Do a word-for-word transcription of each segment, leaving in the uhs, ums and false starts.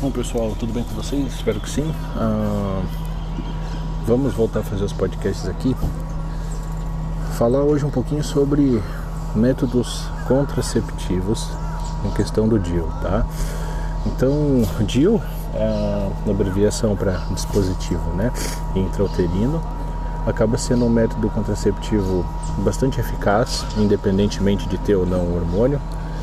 Bom pessoal, tudo bem com vocês? Espero que sim. Ah, vamos voltar a fazer os podcasts aqui. Falar hoje um pouquinho sobre métodos contraceptivos em questão do D I U, tá? Então, D I U é uma abreviação para dispositivo, né, intrauterino. Acaba sendo um método contraceptivo bastante eficaz, independentemente de ter ou não o hormônio.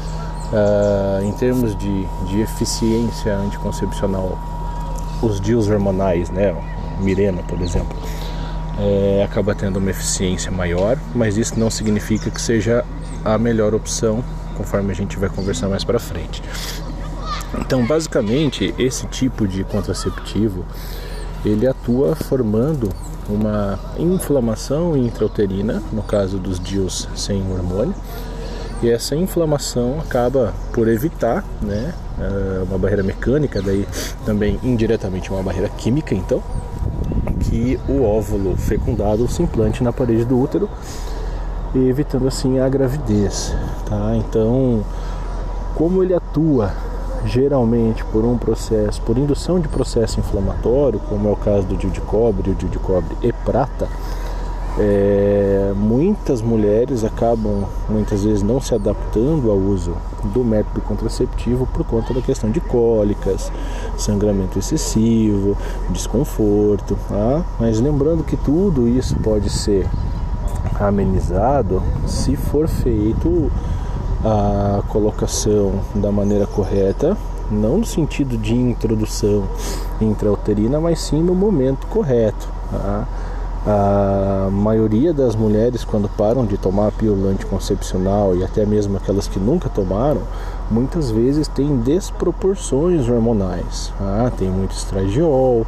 Uh, em termos de, de eficiência anticoncepcional, os D I Us hormonais, né, Mirena, por exemplo, é, acaba tendo uma eficiência maior, mas isso não significa que seja a melhor opção, conforme a gente vai conversar mais para frente. Então, basicamente, esse tipo de contraceptivo, ele atua formando uma inflamação intrauterina, no caso dos D I Us sem hormônio. E essa inflamação acaba por evitar, né, uma barreira mecânica, daí também indiretamente uma barreira química, então, que o óvulo fecundado se implante na parede do útero, evitando assim a gravidez, tá? Então, como ele atua geralmente por um processo, por indução de processo inflamatório, como é o caso do D I U de cobre, o D I U de cobre e prata, É, muitas mulheres acabam muitas vezes não se adaptando ao uso do método contraceptivo por conta da questão de cólicas, sangramento excessivo, desconforto, tá? Mas lembrando que tudo isso pode ser amenizado se for feito a colocação da maneira correta, não no sentido de introdução intrauterina, mas sim no momento correto, tá? A maioria das mulheres, quando param de tomar a pílula anticoncepcional, e até mesmo aquelas que nunca tomaram, muitas vezes tem desproporções hormonais, ah, tem muito estradiol,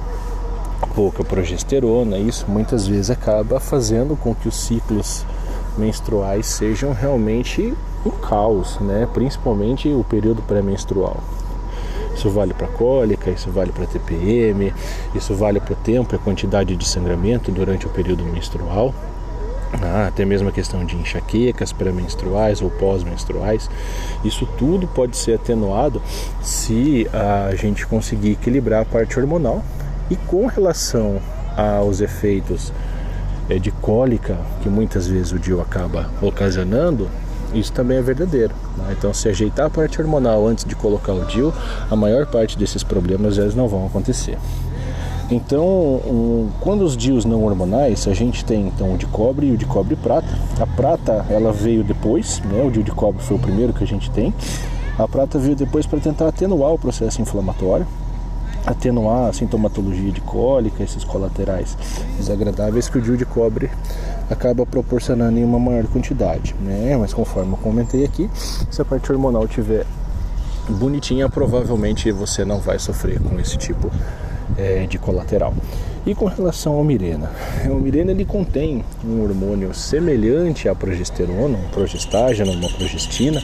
pouca progesterona. Isso muitas vezes acaba fazendo com que os ciclos menstruais sejam realmente um caos, né? Principalmente o período pré-menstrual. Isso vale para cólica, isso vale para T P M, isso vale para o tempo e a quantidade de sangramento durante o período menstrual, ah, até mesmo a questão de enxaquecas pré-menstruais ou pós-menstruais. Isso tudo pode ser atenuado se a gente conseguir equilibrar a parte hormonal. E com relação aos efeitos é, de cólica, que muitas vezes o D I U acaba ocasionando, isso também é verdadeiro, né? Então, se ajeitar a parte hormonal antes de colocar o D I U, a maior parte desses problemas eles não vão acontecer. Então, um, quando os D I Us não hormonais, a gente tem então o de cobre e o de cobre prata. A prata, ela veio depois, né? O D I U de cobre foi o primeiro que a gente tem. A prata veio depois para tentar atenuar o processo inflamatório, atenuar a sintomatologia de cólica, esses colaterais desagradáveis que o D I U de cobre acaba proporcionando em uma maior quantidade, né? Mas conforme eu comentei aqui, se a parte hormonal estiver bonitinha, provavelmente você não vai sofrer com esse tipo é, de colateral. E com relação ao Mirena, o Mirena ele contém um hormônio semelhante à progesterona, um progestágeno, uma progestina,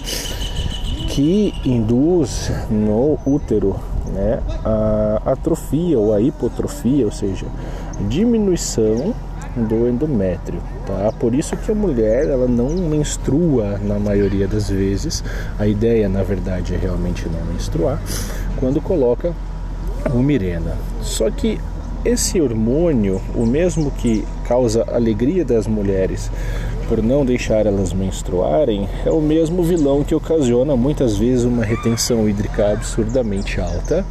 que induz no útero, né, a atrofia ou a hipotrofia, ou seja, diminuição do endométrio, tá? Por isso que a mulher ela não menstrua na maioria das vezes. A ideia, na verdade, é realmente não menstruar quando coloca o Mirena. Só que esse hormônio, o mesmo que causa alegria das mulheres por não deixar elas menstruarem, é o mesmo vilão que ocasiona muitas vezes uma retenção hídrica absurdamente alta.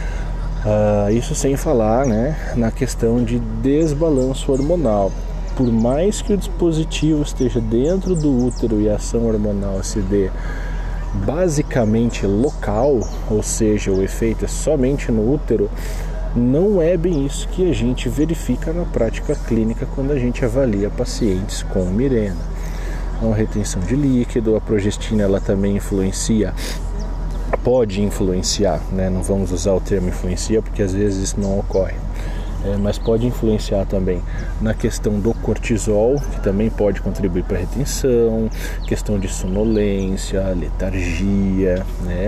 Uh, isso sem falar, né, na questão de desbalanço hormonal. Por mais que o dispositivo esteja dentro do útero e a ação hormonal se dê basicamente local, ou seja, o efeito é somente no útero, não é bem isso que a gente verifica na prática clínica quando a gente avalia pacientes com Mirena. Então, retenção de líquido, a progestina ela também influencia, pode influenciar, né? Não vamos usar o termo influencia porque às vezes isso não ocorre, é, mas pode influenciar também na questão do cortisol, que também pode contribuir para a retenção, questão de sonolência, letargia, né?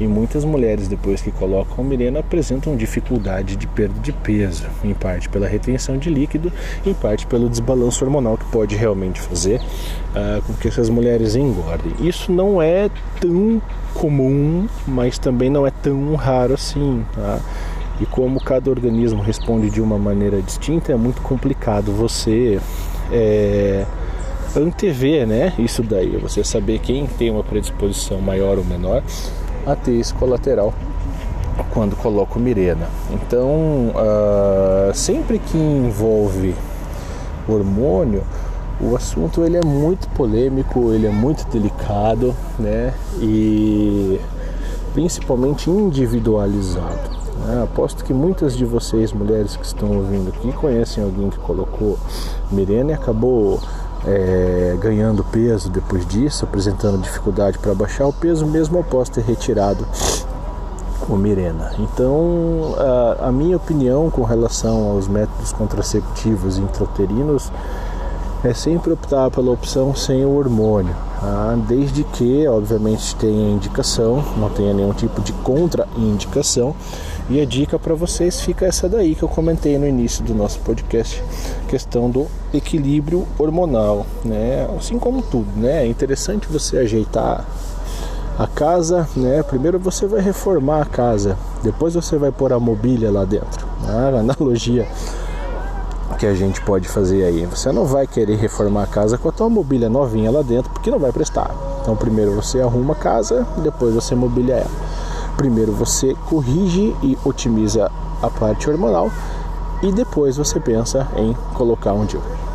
E muitas mulheres, depois que colocam a Mirena, apresentam dificuldade de perda de peso, em parte pela retenção de líquido, em parte pelo desbalanço hormonal que pode realmente fazer uh, com que essas mulheres engordem. Isso não é tão comum, mas também não é tão raro assim, tá? E como cada organismo responde de uma maneira distinta, é muito complicado você é, antever, né, isso daí, você saber quem tem uma predisposição maior ou menor a ter esse colateral quando coloca o Mirena. Então, uh, sempre que envolve hormônio, o assunto ele é muito polêmico, ele é muito delicado, né, e principalmente individualizado. É, aposto que muitas de vocês, mulheres que estão ouvindo aqui, conhecem alguém que colocou Mirena e acabou é, ganhando peso depois disso, apresentando dificuldade para baixar o peso, mesmo após ter retirado o Mirena. Então, a, a minha opinião com relação aos métodos contraceptivos intrauterinos é sempre optar pela opção sem o hormônio, tá? Desde que, obviamente, tenha indicação, não tenha nenhum tipo de contraindicação. E a dica para vocês fica essa daí que eu comentei no início do nosso podcast, questão do equilíbrio hormonal, né? Assim como tudo, né? É interessante você ajeitar a casa, né? Primeiro você vai reformar a casa, depois você vai pôr a mobília lá dentro, né? A analogia que a gente pode fazer aí, você não vai querer reformar a casa com a tua mobília novinha lá dentro, porque não vai prestar. Então primeiro você arruma a casa, depois você mobilia ela. Primeiro você corrige e otimiza a parte hormonal e depois você pensa em colocar um D I U.